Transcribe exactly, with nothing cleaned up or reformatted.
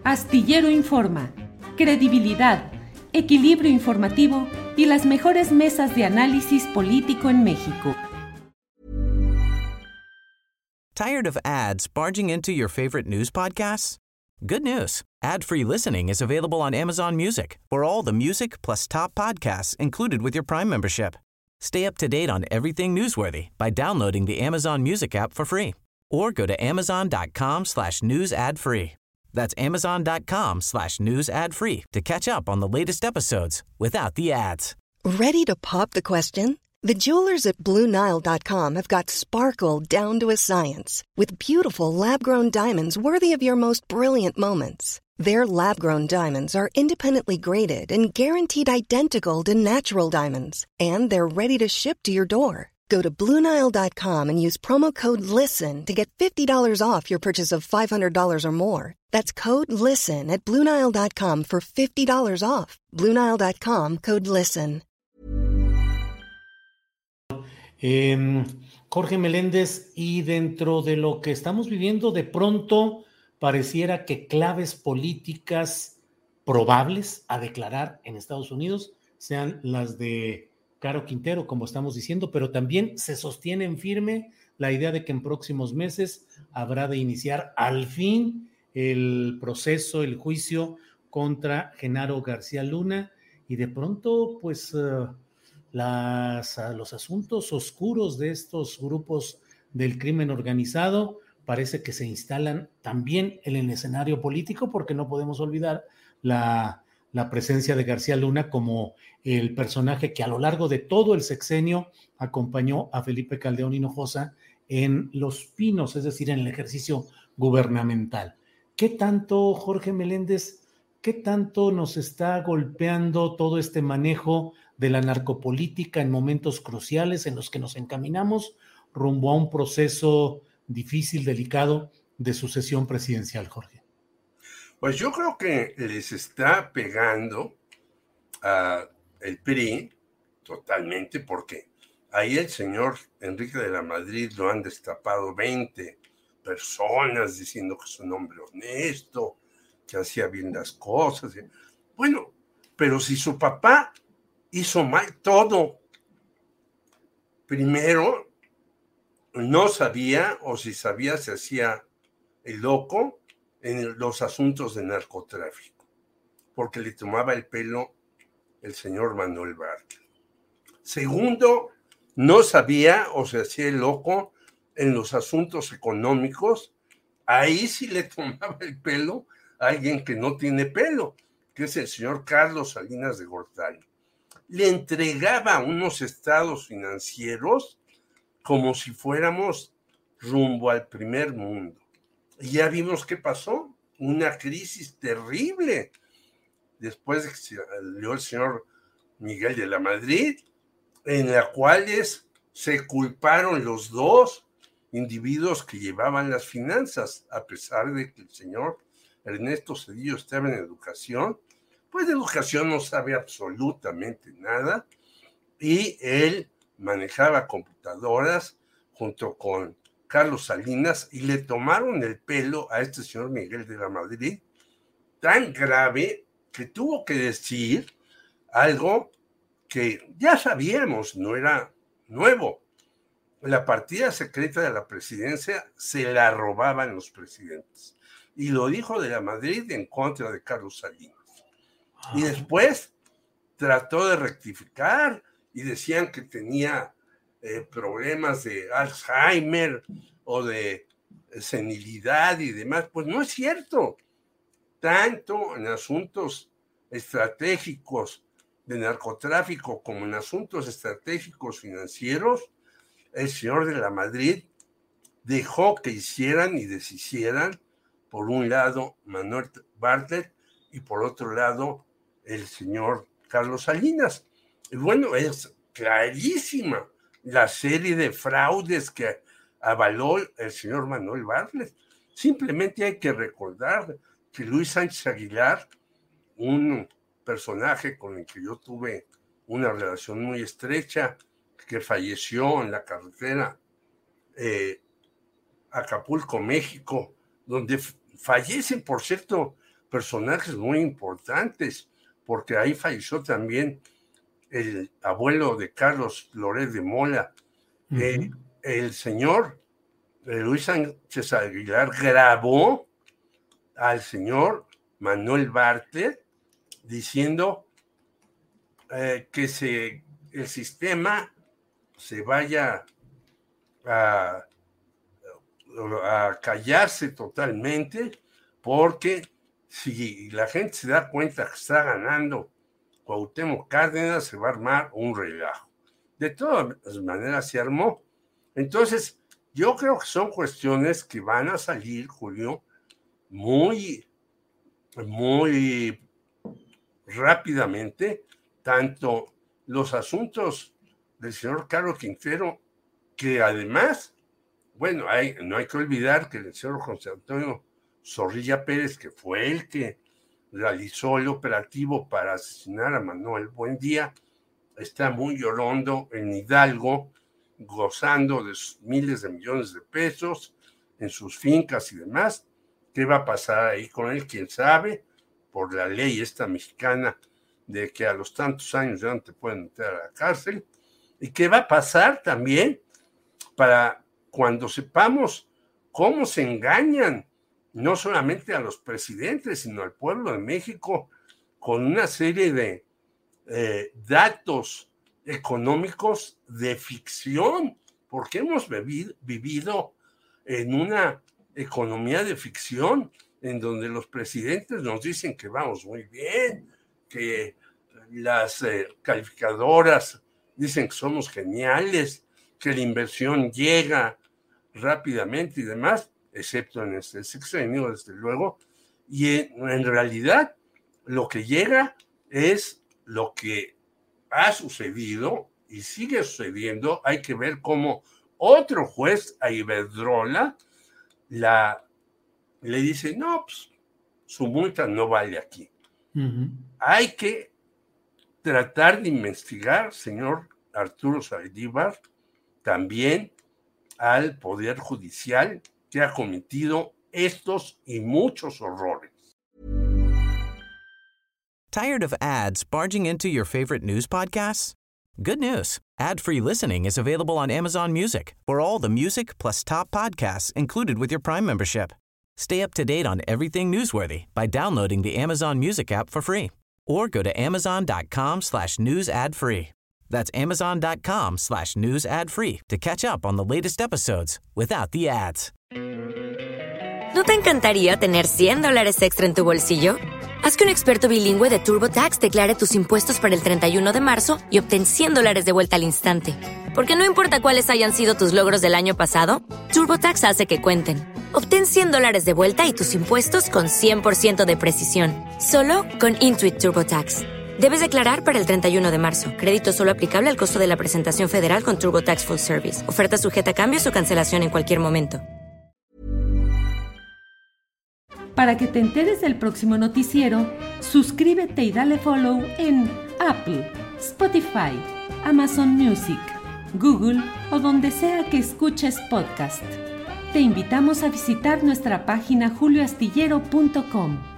Astillero Informa, credibilidad, equilibrio informativo y las mejores mesas de análisis político en México. Tired of ads barging into your favorite news podcasts? Good news. Ad-free listening is available on Amazon Music for all the music plus top podcasts included with your Prime membership. Stay up to date on everything newsworthy by downloading the Amazon Music app for free or go to amazon.com slash news ad free. That's amazon.com slash news ad free to catch up on the latest episodes without the ads. Ready to pop the question? The jewelers at Blue Nile dot com have got sparkle down to a science with beautiful lab-grown diamonds worthy of your most brilliant moments. Their lab-grown diamonds are independently graded and guaranteed identical to natural diamonds, and they're ready to ship to your door. Go to Blue Nile dot com and use promo code LISTEN to get fifty dollars off your purchase of five hundred dollars or more. That's code LISTEN at Blue Nile dot com for fifty dollars off. Blue Nile dot com, code LISTEN. Eh, Jorge Meléndez, y dentro de lo que estamos viviendo, de pronto pareciera que claves políticas probables a declarar en Estados Unidos sean las de Caro Quintero, como estamos diciendo, pero también se sostiene en firme la idea de que en próximos meses habrá de iniciar al fin el proceso, el juicio contra Genaro García Luna, y de pronto, pues, uh, las, uh, los asuntos oscuros de estos grupos del crimen organizado parece que se instalan también en el escenario político, porque no podemos olvidar la, la presencia de García Luna como el personaje que a lo largo de todo el sexenio acompañó a Felipe Calderón Hinojosa en Los Pinos, es decir, en el ejercicio gubernamental. ¿Qué tanto, Jorge Meléndez, qué tanto nos está golpeando todo este manejo de la narcopolítica en momentos cruciales en los que nos encaminamos rumbo a un proceso difícil, delicado de sucesión presidencial, Jorge? Pues yo creo que les está pegando a el P R I totalmente, porque ahí el señor Enrique de la Madrid lo han destapado veinte personas diciendo que es un hombre honesto, que hacía bien las cosas. Bueno, pero si su papá hizo mal todo, primero no sabía, o si sabía se hacía el loco en los asuntos de narcotráfico, porque le tomaba el pelo el señor Manuel Bartlett. Segundo, no sabía o se hacía el loco en los asuntos económicos. Ahí sí le tomaba el pelo a alguien que no tiene pelo, que es el señor Carlos Salinas de Gortari. Le entregaba unos estados financieros como si fuéramos rumbo al primer mundo. Y ya vimos qué pasó, una crisis terrible. Después de que salió el señor Miguel de la Madrid, en la cual se culparon los dos individuos que llevaban las finanzas, a pesar de que el señor Ernesto Zedillo estaba en educación, pues de educación no sabe absolutamente nada, y él manejaba computadoras junto con Carlos Salinas, y le tomaron el pelo a este señor Miguel de la Madrid, tan grave que tuvo que decir algo que ya sabíamos, no era nuevo. La partida secreta de la presidencia se la robaban los presidentes. Y lo dijo de la Madrid en contra de Carlos Salinas. Ah. Y después trató de rectificar y decían que tenía eh, problemas de Alzheimer o de senilidad y demás. Pues no es cierto. Tanto en asuntos estratégicos de narcotráfico como en asuntos estratégicos financieros, el señor de la Madrid dejó que hicieran y deshicieran, por un lado Manuel Bartlett y por otro lado el señor Carlos Salinas. Y bueno, es clarísima la serie de fraudes que avaló el señor Manuel Bartlett. Simplemente hay que recordar que Luis Sánchez Aguilar, un personaje con el que yo tuve una relación muy estrecha, que falleció en la carretera eh, Acapulco, México, donde fallecen, por cierto, personajes muy importantes, porque ahí falleció también el abuelo de Carlos Loret de Mola. Uh-huh. eh, el señor eh, Luis Sánchez Aguilar grabó al señor Manuel Bartlett diciendo eh, que se, el sistema se vaya a, a callarse totalmente, porque si la gente se da cuenta que está ganando Cuauhtémoc Cárdenas, se va a armar un relajo. De todas maneras se armó. Entonces, yo creo que son cuestiones que van a salir, Julio, muy, muy rápidamente, tanto los asuntos del señor Caro Quintero, que además, bueno, hay, no hay que olvidar que el señor José Antonio Zorrilla Pérez, que fue el que realizó el operativo para asesinar a Manuel Buendía, está muy llorondo en Hidalgo, gozando de miles de millones de pesos en sus fincas y demás. ¿Qué va a pasar ahí con él? ¿Quién sabe? Por la ley esta mexicana de que a los tantos años ya no te pueden meter a la cárcel. ¿Y qué va a pasar también para cuando sepamos cómo se engañan no solamente a los presidentes, sino al pueblo de México con una serie de eh, datos económicos de ficción? Porque hemos bebido, vivido en una economía de ficción en donde los presidentes nos dicen que vamos muy bien, que las eh, calificadoras dicen que somos geniales, que la inversión llega rápidamente y demás, excepto en este sexenio, desde luego, y en, en realidad lo que llega es lo que ha sucedido y sigue sucediendo. Hay que ver cómo otro juez, a Iberdrola, la, le dice, no, pues su multa no vale aquí. Uh-huh. Hay que tratar de investigar, señor Arturo Saldívar, también al Poder Judicial, que ha cometido estos y muchos horrores. Tired of ads barging into your favorite news podcasts? Good news. Ad-free listening is available on Amazon Music for all the music plus top podcasts included with your Prime membership. Stay up to date on everything newsworthy by downloading the Amazon Music app for free or go to amazon.com slash news ad free. That's amazon.com slash news ad free to catch up on the latest episodes without the ads. ¿No te encantaría tener cien dólares extra en tu bolsillo? Haz que un experto bilingüe de TurboTax declare tus impuestos para el treinta y uno de marzo y obtén cien dólares de vuelta al instante. Porque no importa cuáles hayan sido tus logros del año pasado, TurboTax hace que cuenten. Obtén cien dólares de vuelta y tus impuestos con cien por ciento de precisión. Solo con Intuit TurboTax. Debes declarar para el treinta y uno de marzo. Crédito solo aplicable al costo de la presentación federal con TurboTax Full Service. Oferta sujeta a cambios o cancelación en cualquier momento. Para que te enteres del próximo noticiero, suscríbete y dale follow en Apple, Spotify, Amazon Music, Google o donde sea que escuches podcast. Te invitamos a visitar nuestra página julio astillero punto com.